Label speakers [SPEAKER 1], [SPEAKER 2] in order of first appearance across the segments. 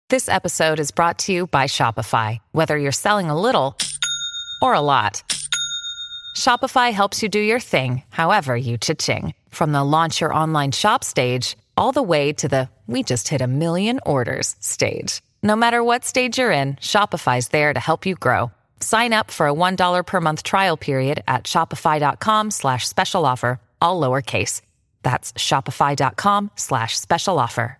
[SPEAKER 1] This episode is brought to you by Shopify. Whether you're selling a little or a lot, Shopify helps you do your thing, however you cha-ching. From the launch your online shop stage, all the way to the we just hit 1 million orders stage. No matter what stage you're in, Shopify's there to help you grow. Sign up for a $1 per month trial period at shopify.com/special offer, all lowercase. That's shopify.com/special offer.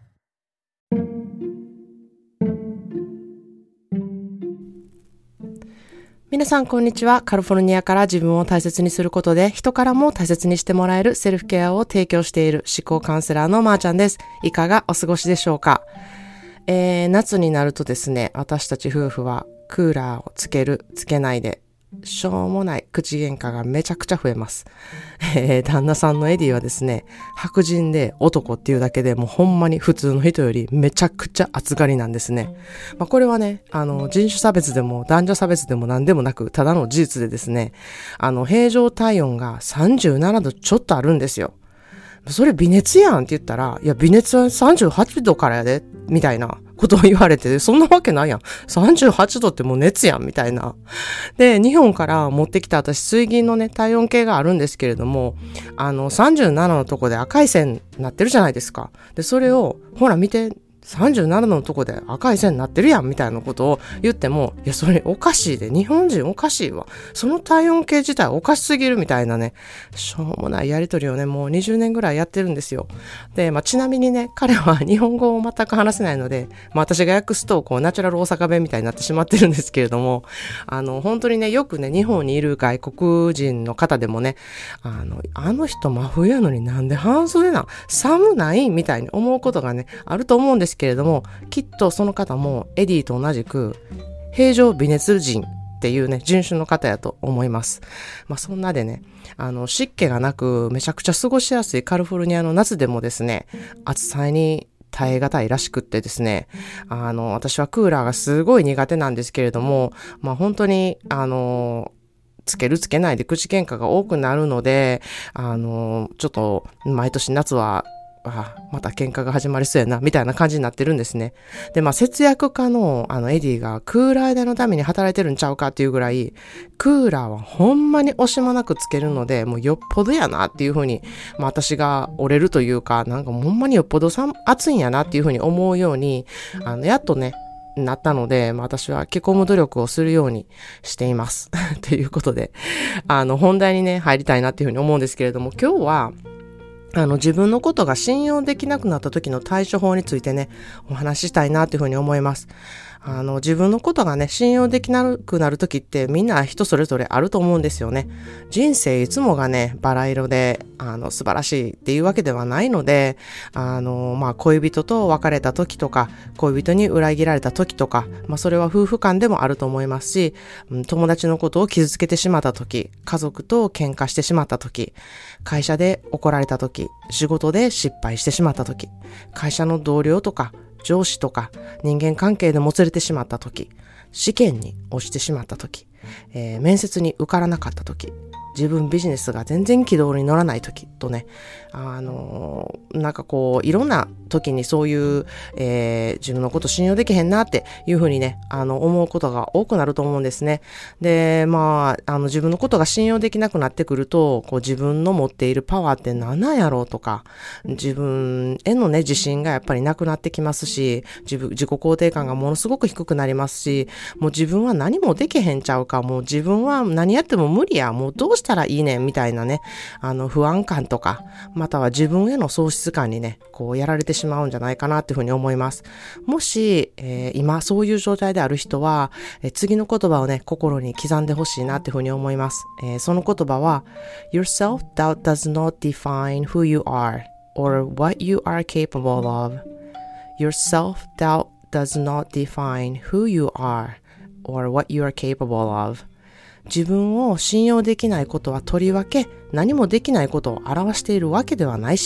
[SPEAKER 2] 皆さんこんにちは。カリフォルニアから自分を大切にすることで人からも大切にしてもらえるセルフケアを提供している思考カウンセラーのまーちゃんです。いかがお過ごしでしょうか。夏になるとですね、私たち夫婦はクーラーをつけるつけないでしょうもない口喧嘩がめちゃくちゃ増えます。旦那さんのエディはですね、白人で男っていうだけでもうほんまに普通の人よりめちゃくちゃ暑がりなんですね。これはね、人種差別でも男女差別でも何でもなく、ただの事実でですね、平常体温が37度ちょっとあるんですよ。それ微熱やんって言ったら、いや微熱は38度からやで、みたいなことを言われて、そんなわけないやん。38度ってもう熱やん、みたいな。で、日本から持ってきた私水銀のね、体温計があるんですけれども、37のとこで赤い線になってるじゃないですか。で、それを、ほら見て、37のとこで赤い線になってるやんみたいなことを言っても、いやそれおかしいで、日本人おかしいわ、その体温計自体おかしすぎるみたいなね、しょうもないやりとりをね、もう20年ぐらいやってるんですよ。で、ちなみにね、彼は日本語を全く話せないので、私が訳すとこうナチュラル大阪弁みたいになってしまってるんですけれども、本当にね、よくね、日本にいる外国人の方でもね、あの人真冬やのになんで半袖なん、寒ないみたいに思うことがね、あると思うんですけれども、きっとその方もエディと同じく平常微熱人っていうね、人種の方やと思います。そんなでね、湿気がなくめちゃくちゃ過ごしやすいカリフォルニアの夏でもですね、暑さに耐え難いらしくってですね、私はクーラーがすごい苦手なんですけれども、本当につけるつけないで口喧嘩が多くなるので、ちょっと毎年夏はまた喧嘩が始まりそうやなみたいな感じになってるんですね。で、節約家のエディがクーラー代のために働いてるんちゃうかっていうぐらい、クーラーはほんまに惜しまなくつけるので、もうよっぽどやなっていうふうに、私が折れるというか、なんかほんまによっぽど暑いんやなっていうふうに思うように、やっとねなったので、私は着込む努力をするようにしていますということで、本題にね入りたいなっていうふうに思うんですけれども、今日は自分のことが信用できなくなった時の対処法についてね、お話ししたいなっていうふうに思います。自分のことがね、信用できなくなる時ってみんな人それぞれあると思うんですよね。人生いつもがね、バラ色で、素晴らしいっていうわけではないので、恋人と別れた時とか、恋人に裏切られた時とか、それは夫婦間でもあると思いますし、友達のことを傷つけてしまった時、家族と喧嘩してしまった時、会社で怒られた時、仕事で失敗してしまった時、会社の同僚とか、上司とか人間関係でもつれてしまった時、試験に落ちてしまった時、面接に受からなかった時、自分ビジネスが全然軌道に乗らない時とね、なんかこういろんな時にそういう、自分のこと信用できへんなっていうふうにね、思うことが多くなると思うんですね。で、自分のことが信用できなくなってくると、こう自分の持っているパワーって何なんやろうとか、自分へのね、自信がやっぱりなくなってきますし、自己肯定感がものすごく低くなりますし、もう自分は何もできへんちゃうか、もう自分は何やっても無理や、もうどうしたらいいねんみたいなね、不安感とか、または自分への喪失感にね、こうやられてしまうんじゃないかなっていうふうに思います。もし、今そういう状態である人は、次の言葉をね、心に刻んでほしいなっていうふうに思います。その言葉は Your self-doubt does not define who you are or what you are capable of. Your self-doubt does not define who you are or what you are capable of. 自分を信用できないことはとりわけ何もできないことを表しているわけではないし、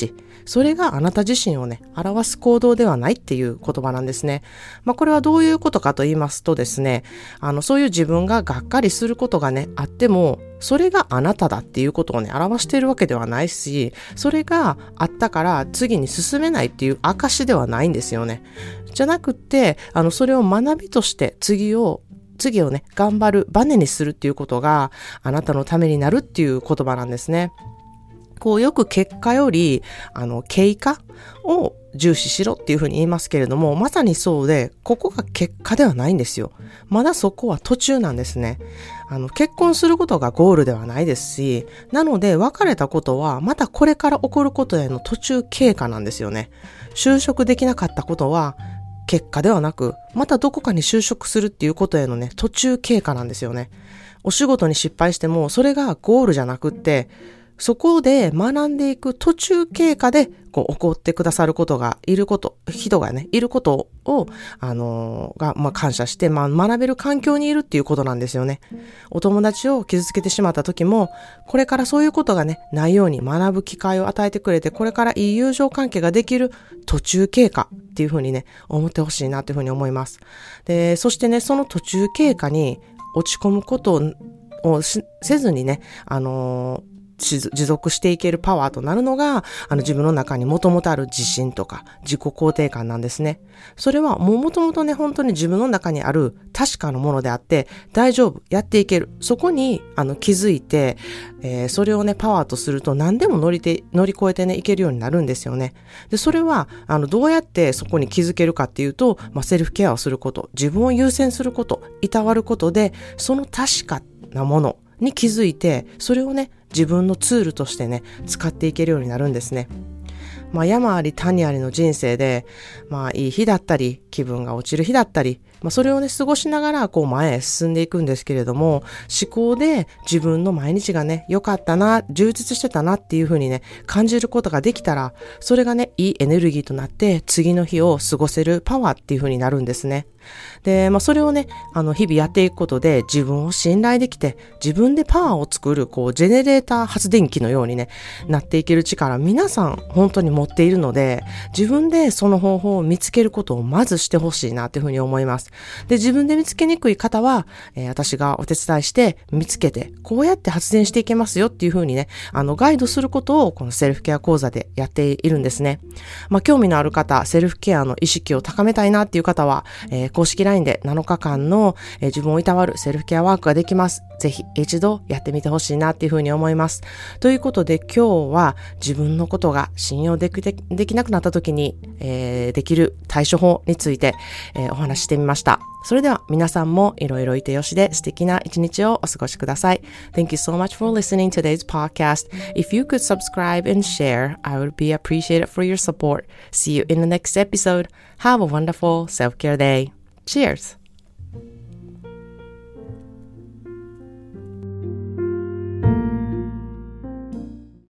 [SPEAKER 2] それがあなた自身をね、表す行動ではないっていう言葉なんですね。これはどういうことかと言いますとですね、そういう自分ががっかりすることがね、あっても、それがあなただっていうことをね、表しているわけではないし、それがあったから次に進めないっていう証ではないんですよね。じゃなくって、それを学びとして次をね、頑張る、バネにするっていうことがあなたのためになるっていう言葉なんですね。よく結果より、経過を重視しろっていうふうに言いますけれども、まさにそうで、ここが結果ではないんですよ。まだそこは途中なんですね。結婚することがゴールではないですし、なので別れたことは、またこれから起こることへの途中経過なんですよね。就職できなかったことは、結果ではなく、またどこかに就職するっていうことへのね、途中経過なんですよね。お仕事に失敗しても、それがゴールじゃなくって、そこで学んでいく途中経過で、起こってくださることがいること、人がね、いることを、感謝して、学べる環境にいるっていうことなんですよね。お友達を傷つけてしまった時も、これからそういうことがね、ないように学ぶ機会を与えてくれて、これからいい友情関係ができる途中経過っていうふうにね、思ってほしいなっていうふうに思います。で、そしてね、その途中経過に落ち込むことをせずにね、持続していけるパワーとなるのが、自分の中にもともとある自信とか自己肯定感なんですね。それはもともとね、本当に自分の中にある確かなものであって、大丈夫、やっていける。そこに、気づいて、それをね、パワーとすると何でも乗り越えてね、いけるようになるんですよね。で、それは、どうやってそこに気づけるかっていうと、セルフケアをすること、自分を優先すること、いたわることで、その確かなものに気づいて、それをね、自分のツールとしてね、使っていけるようになるんですね。山あり谷ありの人生で、いい日だったり、気分が落ちる日だったり、それをね、過ごしながら、前へ進んでいくんですけれども、思考で自分の毎日がね、良かったな、充実してたなっていう風にね、感じることができたら、それがね、いいエネルギーとなって、次の日を過ごせるパワーっていう風になるんですね。で、それをね、日々やっていくことで、自分を信頼できて、自分でパワーを作る、ジェネレーター発電機のようにね、なっていける力、皆さん本当に持っているので、自分でその方法を見つけることをまずしてほしいなというふうに思います。で、自分で見つけにくい方は、私がお手伝いして見つけて、こうやって発電していけますよっていうふうにね、ガイドすることをこのセルフケア講座でやっているんですね。興味のある方、セルフケアの意識を高めたいなっていう方は、公式 LINE で7日間の、自分をいたわるセルフケアワークができます。ぜひ一度やってみてほしいなっていうふうに思います。ということで今日は自分のことが信用できなくなった時に、できる対処法について、お話ししてみました。それでは皆さんもいろいろいてよしで素敵な一日をお過ごしください。Thank you so much for listening to today's podcast. If you could subscribe and share, I would be appreciated for your support. See you in the next episode. Have a wonderful self-care day. Cheers!